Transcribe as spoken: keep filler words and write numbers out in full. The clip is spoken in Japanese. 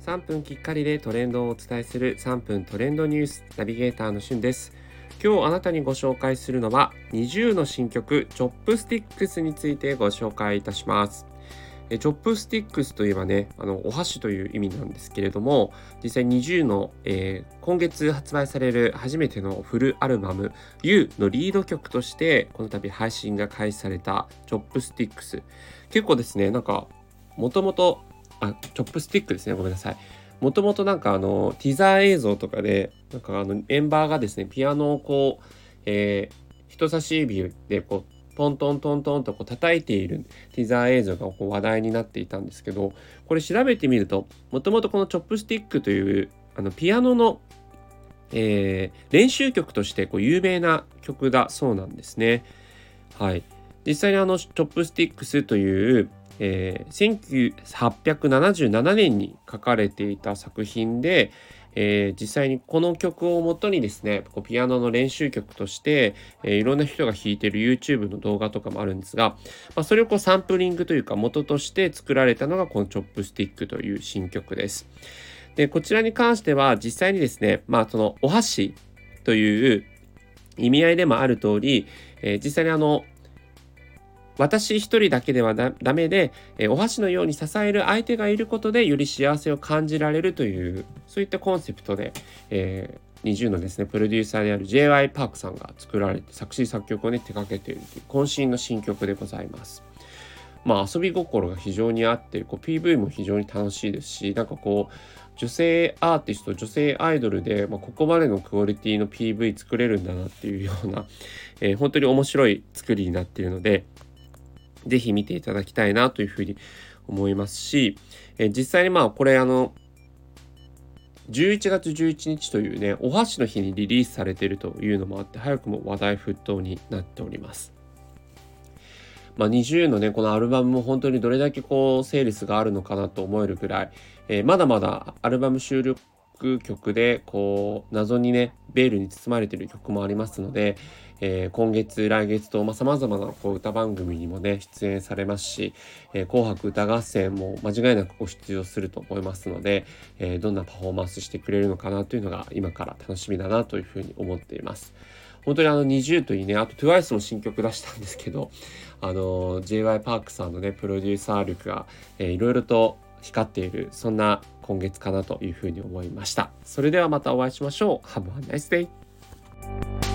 さんぷんきっかりでトレンドをお伝えするさんぷんトレンドニュースナビゲーターのしゅんです。今日あなたにご紹介するのはニジューの新曲チョップスティックスについてご紹介いたします。えチョップスティックスといえばね、あのお箸という意味なんですけれども、実際ニジューの、えー、今月発売される初めてのフルアルバム You のリード曲としてこの度配信が開始されたチョップスティックス、結構ですね、なんかもともとあチョップスティックですねごめんなさいもともとなんかあのティザー映像とかでなんかあのメンバーがですねピアノをこう、えー、人差し指でこうトントントントンとこう叩いているティザー映像がこう話題になっていたんですけど、これ調べてみるともともとこのチョップスティックというあのピアノの、えー、練習曲としてこう有名な曲だそうなんですね。はい、実際にあのチョップスティックスというえー、せんはっぴゃくななじゅうななねんに書かれていた作品で、えー、実際にこの曲をもとにですねこうピアノの練習曲として、えー、いろんな人が弾いている YouTube の動画とかもあるんですが、まあ、それをこうサンプリングというか元として作られたのがこのチョップスティックという新曲です。でこちらに関しては実際にですね、まあ、そのお箸という意味合いでもある通り、えー、実際にあの私一人だけではダメで、えー、お箸のように支える相手がいることでより幸せを感じられるというそういったコンセプトで、えー、ニジューのですねプロデューサーである ジェイワイ パークさんが作られて作詞作曲をね手掛けているという渾身の新曲でございます。まあ遊び心が非常にあってこう ピーブイ も非常に楽しいですし、なんかこう女性アーティスト女性アイドルで、まあ、ここまでのクオリティの ピーブイ 作れるんだなっていうような、えー、本当に面白い作りになっているのでぜひ見ていただきたいなというふうに思いますし、えー、実際にまあこれあのじゅういちがつじゅういちにちというねお箸の日にリリースされているというのもあって早くも話題沸騰になっております。まあ、ニジューのねこのアルバムも本当にどれだけこうセールスがあるのかなと思えるくらい、えー、まだまだアルバム収録曲でこう謎にねベールに包まれている曲もありますので、えー、今月来月とさまざ、まなこう歌番組にもね出演されますし、えー、紅白歌合戦も間違いなくご出場すると思いますので、えー、どんなパフォーマンスしてくれるのかなというのが今から楽しみだなというふうに思っています。本当にあのニジューといいね、あと トゥワイス も新曲出したんですけど、あの ジェイワイ パークさんのねプロデューサー力が、えー、いろいろと光っているそんな今月かなというふうに思いました。それではまたお会いしましょう。Have a nice day!